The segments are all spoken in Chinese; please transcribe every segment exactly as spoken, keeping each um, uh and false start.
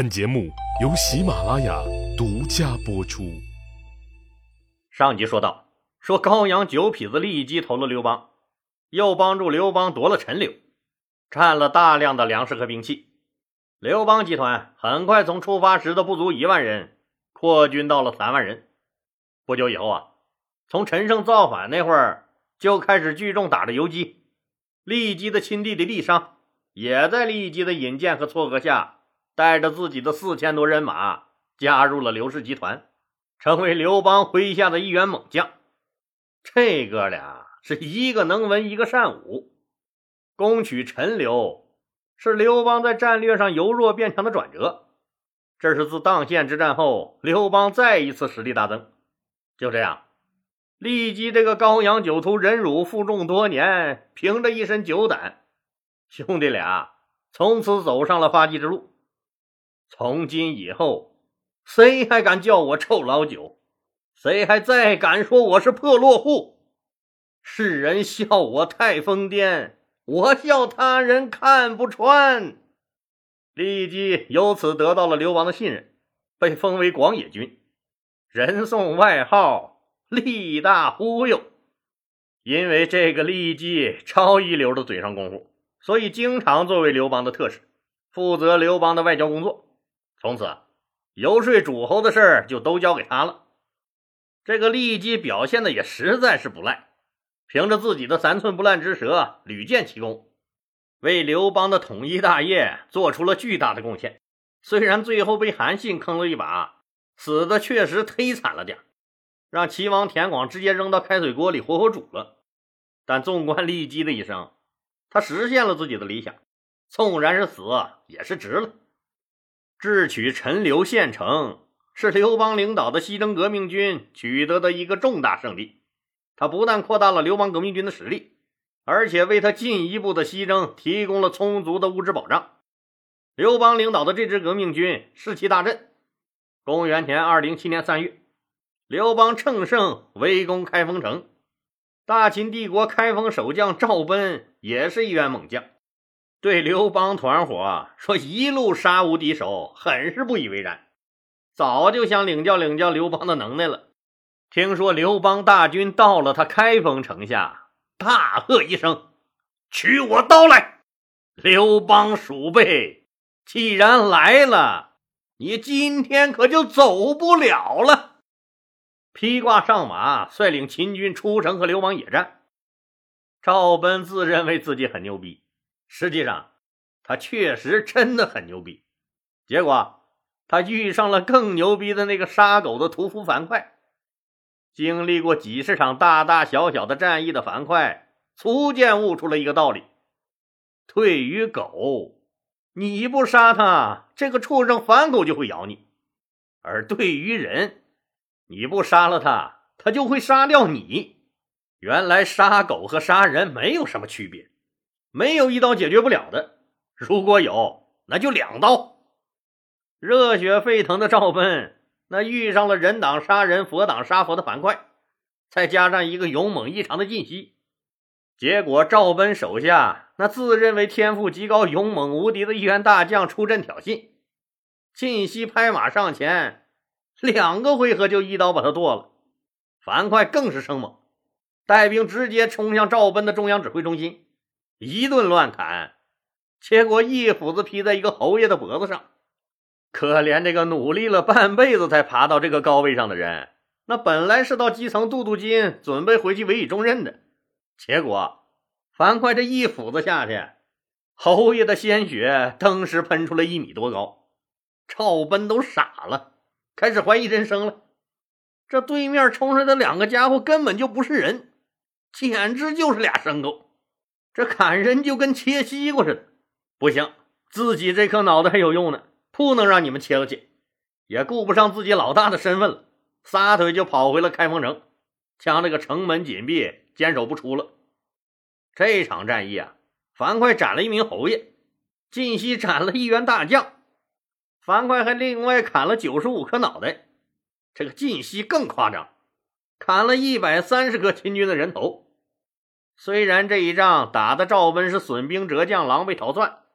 本节目由喜马拉雅独家播出。 上集说到，说高阳九痞子立即投了刘邦，又帮助刘邦夺了陈留，占了大量的粮食和兵器。刘邦集团很快从出发时的不足一万人扩军到了三万人。不久以后啊，从陈胜造反那会儿就开始聚众打着游击。郦姬的亲弟弟郦商也在郦姬的引荐和撮合下，带着自己的四千多人马加入了刘氏集团，成为刘邦麾下的一员猛将。这哥俩是一个能文，一个善武。攻取陈留是刘邦在战略上由弱变强的转折，这是自砀县之战后刘邦再一次实力大增。就这样，郦姬这个高阳酒徒忍辱负重多年，凭着一身酒胆，兄弟俩从此走上了发迹之路。从今以后，谁还敢叫我臭老九？谁还再敢说我是破落户？世人笑我太疯癫，我笑他人看不穿。郦姬由此得到了刘邦的信任，被封为广野君，人送外号郦大忽悠。因为这个郦姬超一流的嘴上功夫，所以经常作为刘邦的特使，负责刘邦的外交工作。从此游说诸侯的事儿就都交给他了。这个郦姬表现的也实在是不赖，凭着自己的三寸不烂之舌屡建奇功，为刘邦的统一大业做出了巨大的贡献。虽然最后被韩信坑了一把，死的确实忒惨了点，让齐王田广直接扔到开水锅里活活煮了，但纵观郦姬的一生，他实现了自己的理想，纵然是死也是值了。智取陈留县城是刘邦领导的西征革命军取得的一个重大胜利，他不但扩大了刘邦革命军的实力，而且为他进一步的西征提供了充足的物质保障。刘邦领导的这支革命军士气大振。公元前二零七年三月，刘邦乘胜围攻开封城，大秦帝国开封守将赵奔也是一员猛将，对刘邦团伙说一路杀无敌手很是不以为然，早就想领教领教刘邦的能耐了。听说刘邦大军到了他开封城下，大喝一声：取我刀来！刘邦鼠辈，既然来了，你今天可就走不了了。披挂上马，率领秦军出城和刘邦野战。赵奔自认为自己很牛逼，实际上他确实真的很牛逼。结果他遇上了更牛逼的那个杀狗的屠夫樊哙。经历过几十场大大小小的战役的樊哙逐渐悟出了一个道理：对于狗，你不杀它，这个畜生反狗就会咬你；而对于人，你不杀了它，它就会杀掉你。原来杀狗和杀人没有什么区别，没有一刀解决不了的，如果有，那就两刀。热血沸腾的赵奔，那遇上了人挡杀人佛挡杀佛的樊哙，再加上一个勇猛异常的晋西，结果赵奔手下那自认为天赋极高勇猛无敌的一员大将出阵挑衅，晋西拍马上前，两个回合就一刀把他剁了。樊哙更是生猛，带兵直接冲向赵奔的中央指挥中心，一顿乱砍，结果一斧子劈在一个侯爷的脖子上。可怜这个努力了半辈子才爬到这个高位上的人，那本来是到基层镀镀金，准备回去委以重任的，结果樊哙这一斧子下去，侯爷的鲜血登时喷出了一米多高。赵奔都傻了，开始怀疑人生了。这对面冲上来的两个家伙根本就不是人，简直就是俩牲口，这砍人就跟切西瓜似的。不行，自己这颗脑袋还有用呢，不能让你们切了去，也顾不上自己老大的身份了，撒腿就跑回了开封城，将这个城门紧闭，坚守不出了。这场战役啊，樊哙斩了一名侯爷，晋西斩了一员大将，樊哙还另外砍了九十五颗脑袋。这个晋西更夸张，砍了一百三十颗秦军的人头。虽然这一仗打的赵奔是损兵折将，狼狈逃窜，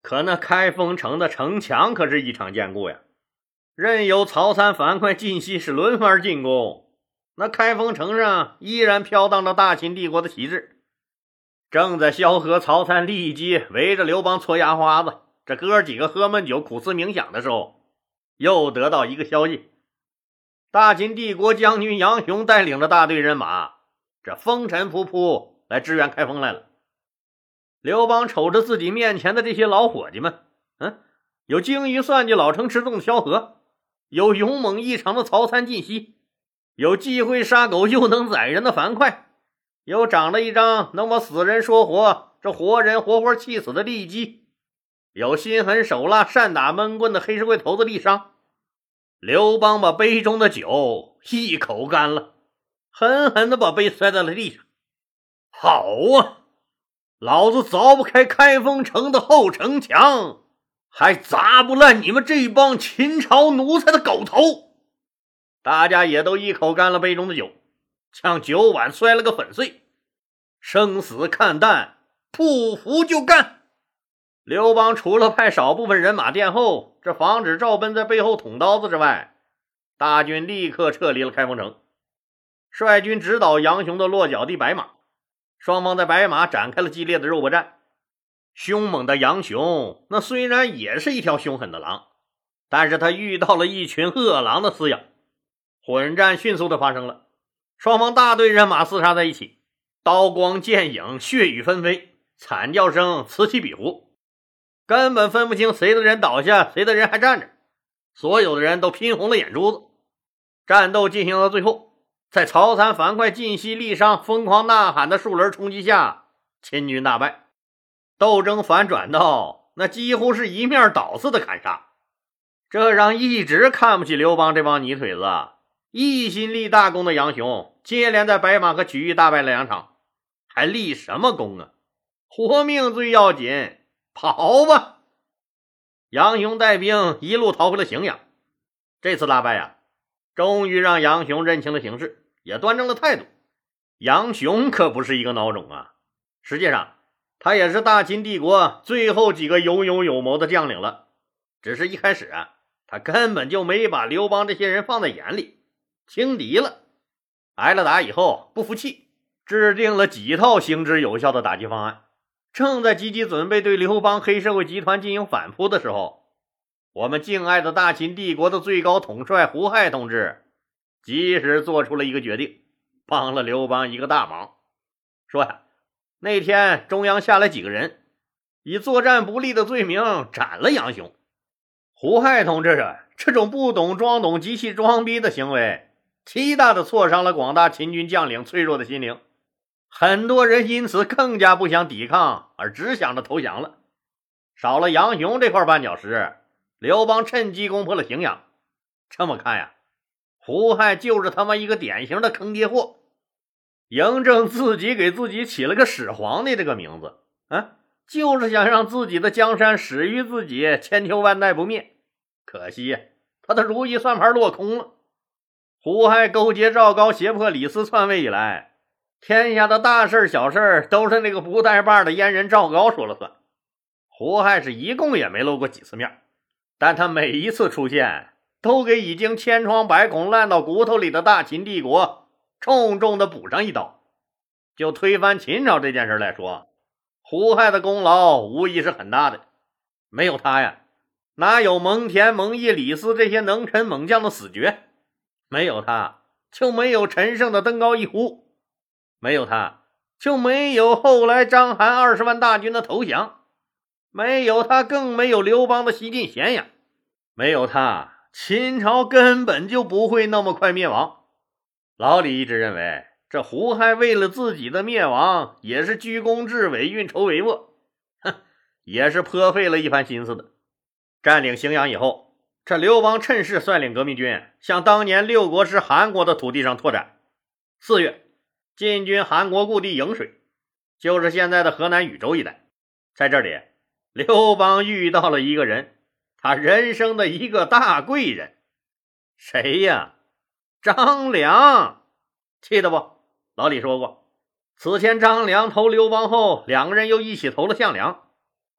可那开封城的城墙可是异常坚固呀，任由曹参樊哙晋西是轮番进攻，那开封城上依然飘荡着大秦帝国的旗帜。正在萧何、曹参立即围着刘邦搓牙花子，这哥几个喝闷酒苦思冥想的时候，又得到一个消息，大秦帝国将军杨雄带领着大队人马，这风尘仆仆来支援开封来了。刘邦瞅着自己面前的这些老伙计们，嗯，有精于算计、老成持重的萧何，有勇猛异常的曹参、晋西，有忌讳杀狗又能宰人的樊哙，有长着一张能把死人说活，这活人活活气死的骊姬，有心狠手辣、善打闷棍的黑社会头子郦商。刘邦把杯中的酒一口干了，狠狠地把杯摔在了地上。好啊，老子凿不开开封城的后城墙，还砸不烂你们这帮秦朝奴才的狗头！大家也都一口干了杯中的酒，将酒碗摔了个粉碎。生死看淡，不服就干！刘邦除了派少部分人马殿后，这防止赵奔在背后捅刀子之外，大军立刻撤离了开封城，率军直捣杨雄的落脚地白马。双方在白马展开了激烈的肉搏战。凶猛的杨雄那虽然也是一条凶狠的狼，但是他遇到了一群恶狼的饲养，混战迅速的发生了，双方大队人马厮杀在一起，刀光剑影，血雨纷飞，惨叫声此起彼伏，根本分不清谁的人倒下，谁的人还站着，所有的人都拼红了眼珠子。战斗进行到最后，在曹参、樊哙、晋西、郦商疯狂呐喊的数轮冲击下，秦军大败。斗争反转到那几乎是一面倒似的砍杀，这让一直看不起刘邦这帮泥腿子一心立大功的杨雄，接连在白马和曲域大败了两场，还立什么功啊？活命最要紧，跑吧！杨雄带兵一路逃回了荥阳。这次大败啊，终于让杨雄认清了形势，也端正了态度。杨雄可不是一个孬种啊，实际上他也是大秦帝国最后几个有勇有谋的将领了，只是一开始啊，他根本就没把刘邦这些人放在眼里，轻敌了。挨了打以后不服气，制定了几套行之有效的打击方案，正在积极准备对刘邦黑社会集团进行反扑的时候，我们敬爱的大秦帝国的最高统帅胡亥同志及时做出了一个决定，帮了刘邦一个大忙。说呀，那天中央下来几个人，以作战不利的罪名斩了杨雄。胡亥同志啊，这种不懂装懂、极其装逼的行为，极大的挫伤了广大秦军将领脆弱的心灵。很多人因此更加不想抵抗，而只想着投降了。少了杨雄这块绊脚石，刘邦趁机攻破了荥阳。这么看呀，胡亥就是他妈一个典型的坑爹货。嬴政自己给自己起了个始皇帝这个名字啊，就是想让自己的江山始于自己，千秋万代不灭。可惜他的如意算盘落空了。胡亥勾结赵高，胁迫李斯篡位以来，天下的大事小事都是那个不带把的阉人赵高说了算。胡亥是一共也没露过几次面，但他每一次出现都给已经千疮百孔烂到骨头里的大秦帝国重重的补上一刀。就推翻秦朝这件事来说，胡亥的功劳无疑是很大的。没有他呀，哪有蒙恬、蒙毅、李斯这些能臣猛将的死绝？没有他，就没有陈胜的登高一呼；没有他，就没有后来章邯二十万大军的投降；没有他，更没有刘邦的西进咸阳；没有他，秦朝根本就不会那么快灭亡。老李一直认为，这胡亥为了自己的灭亡，也是居功至伟、运筹帷幄，哼，也是颇费了一番心思的。占领荥阳以后，这刘邦趁势率领革命军向当年六国时韩国的土地上拓展。四月，进军韩国故地颍水，就是现在的河南禹州一带。在这里，刘邦遇到了一个人，他人生的一个大贵人。谁呀？张良。记得不？老李说过，此前张良投刘邦后，两个人又一起投了项梁。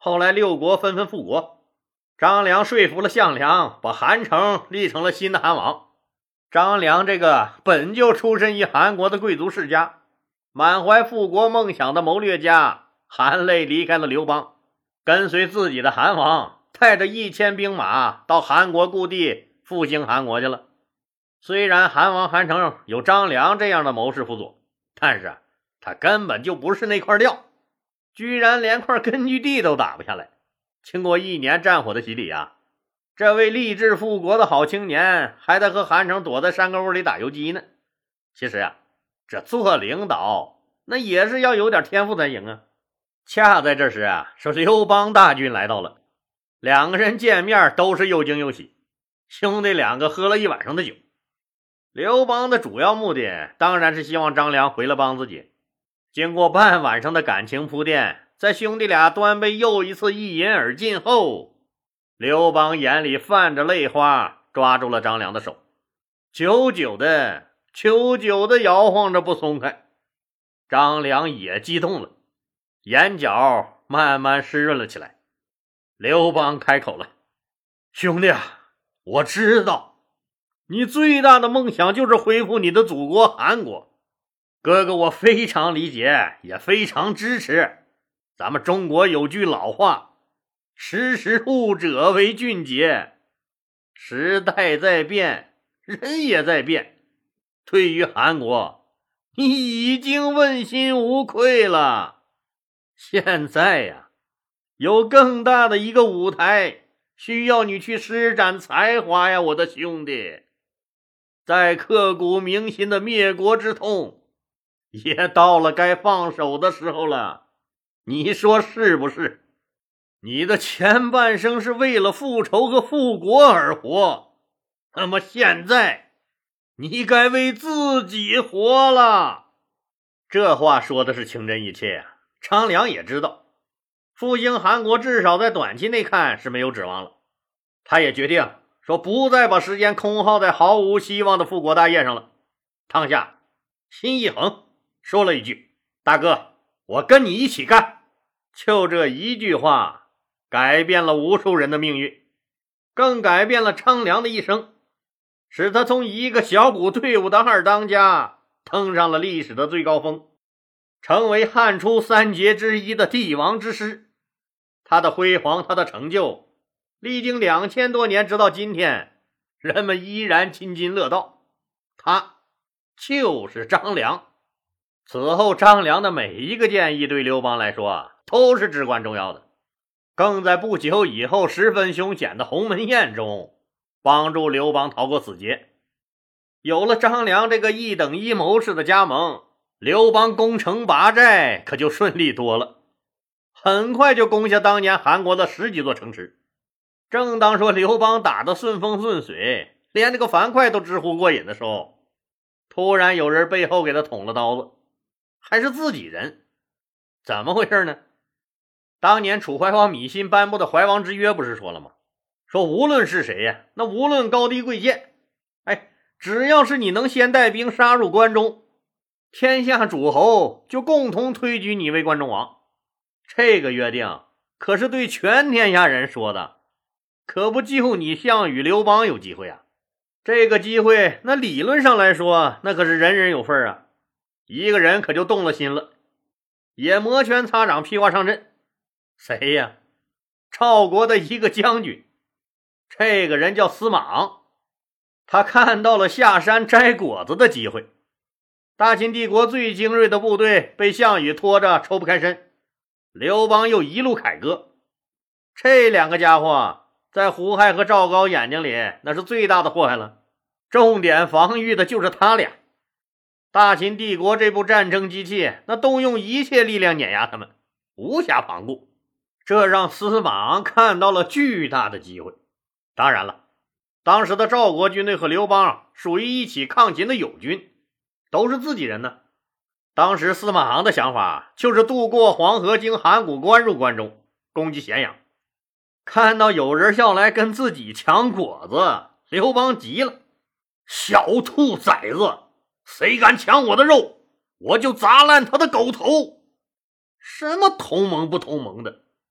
后来六国纷纷复国，张良说服了项梁，把韩城立成了新的韩王。张良这个本就出身于韩国的贵族世家，满怀复国梦想的谋略家，含泪离开了刘邦，跟随自己的韩王，带着一千兵马到韩国故地复兴韩国去了。虽然韩王韩城有张良这样的谋士辅佐，但是他根本就不是那块料，居然连块根据地都打不下来。经过一年战火的洗礼啊，这位立志复国的好青年还得和韩城躲在山沟窝里打游击呢。其实啊，这做领导那也是要有点天赋才行啊。恰在这时啊，说刘邦大军来到了，两个人见面都是又惊又喜，兄弟两个喝了一晚上的酒。刘邦的主要目的当然是希望张良回来帮自己。经过半晚上的感情铺垫，在兄弟俩端杯又一次一饮而尽后，刘邦眼里泛着泪花，抓住了张良的手，久久的久久的摇晃着不松开。张良也激动了，眼角慢慢湿润了起来。刘邦开口了：兄弟啊，我知道你最大的梦想就是恢复你的祖国韩国，哥哥我非常理解，也非常支持。咱们中国有句老话，识时务者为俊杰。时代在变，人也在变，对于韩国，你已经问心无愧了。现在呀，有更大的一个舞台需要你去施展才华呀，我的兄弟。在刻骨铭心的灭国之痛，也到了该放手的时候了。你说是不是？你的前半生是为了复仇和复国而活，那么现在你该为自己活了。这话说的是情真意切啊。张良也知道复兴韩国至少在短期内看是没有指望了，他也决定说不再把时间空耗在毫无希望的复国大业上了。当下心一横，说了一句：大哥，我跟你一起干。就这一句话改变了无数人的命运，更改变了张良的一生，使他从一个小股队伍的二当家登上了历史的最高峰，成为汉初三杰之一的帝王之师。他的辉煌，他的成就，历经两千多年，直到今天，人们依然津津乐道。他就是张良。此后张良的每一个建议对刘邦来说啊，都是至关重要的，更在不久以后十分凶险的鸿门宴中帮助刘邦逃过死劫。有了张良这个一等一谋士的加盟，刘邦攻城拔寨可就顺利多了，很快就攻下当年韩国的十几座城池。正当说刘邦打得顺风顺水，连这个樊哙都直呼过瘾的时候，突然有人背后给他捅了刀子，还是自己人。怎么回事呢？当年楚怀王芈心颁布的怀王之约不是说了吗？说无论是谁呀，那无论高低贵贱，哎，只要是你能先带兵杀入关中，天下诸侯就共同推举你为关中王。这个约定可是对全天下人说的，可不就你项羽刘邦有机会啊。这个机会那理论上来说，那可是人人有份啊。一个人可就动了心了，也摩拳擦掌，披挂上阵。谁呀？赵国的一个将军，这个人叫司马昂。他看到了下山摘果子的机会。大秦帝国最精锐的部队被项羽拖着抽不开身，刘邦又一路凯歌，这两个家伙在胡亥和赵高眼睛里那是最大的祸害了，重点防御的就是他俩。大秦帝国这部战争机器那动用一切力量碾压他们，无暇旁顾，这让司马昂看到了巨大的机会。当然了，当时的赵国军队和刘邦属于一起抗秦的友军，都是自己人呢。当时司马昂的想法就是渡过黄河，经函谷关入关中，攻击咸阳。看到有人要来跟自己抢果子，刘邦急了：小兔崽子，谁敢抢我的肉，我就砸烂他的狗头！什么同盟不同盟的，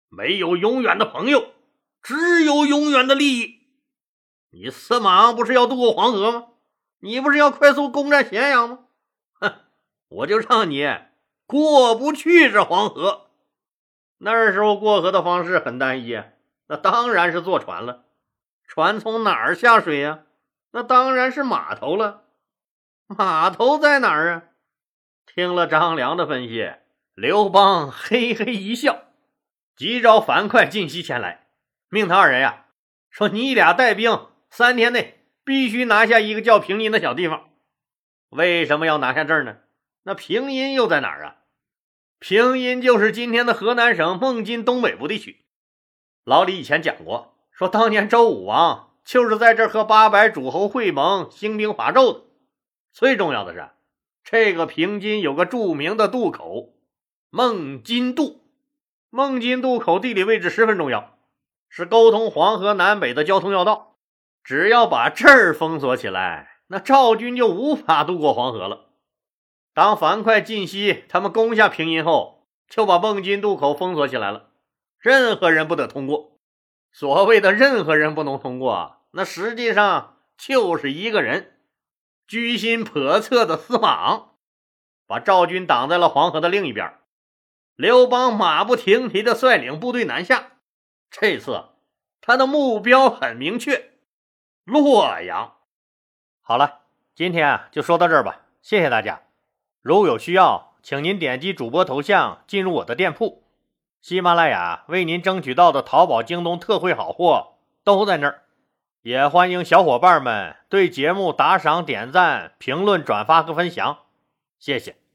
没有永远的朋友，只有永远的利益。你司马昂不是要渡过黄河吗？你不是要快速攻占咸阳吗？哼，我就让你过不去这黄河。那时候过河的方式很单一，那当然是坐船了。船从哪儿下水呀？那当然是码头了。码头在哪儿啊？听了张良的分析，刘邦嘿嘿一笑，急召樊哙、晋西前来，命他二人呀，说你俩带兵，三天内必须拿下一个叫平阴的小地方。为什么要拿下这儿呢？那平阴又在哪儿啊？平阴就是今天的河南省孟津东北部地区。老李以前讲过，说当年周武王就是在这儿和八百诸侯会盟兴兵伐纣的。最重要的是，这个平津有个著名的渡口孟津渡。孟津渡口地理位置十分重要，是沟通黄河南北的交通要道。只要把这儿封锁起来，那赵军就无法渡过黄河了。当樊哙、晋西他们攻下平阴后，就把孟津渡口封锁起来了，任何人不得通过。所谓的任何人不能通过，那实际上就是一个人，居心叵测的司马昂，把赵军挡在了黄河的另一边。刘邦马不停蹄地率领部队南下，这次他的目标很明确，洛阳。好了，今天啊就说到这儿吧，谢谢大家。如有需要，请您点击主播头像进入我的店铺，喜马拉雅为您争取到的淘宝、京东特惠好货都在那儿。也欢迎小伙伴们对节目打赏、点赞、评论、转发和分享，谢谢。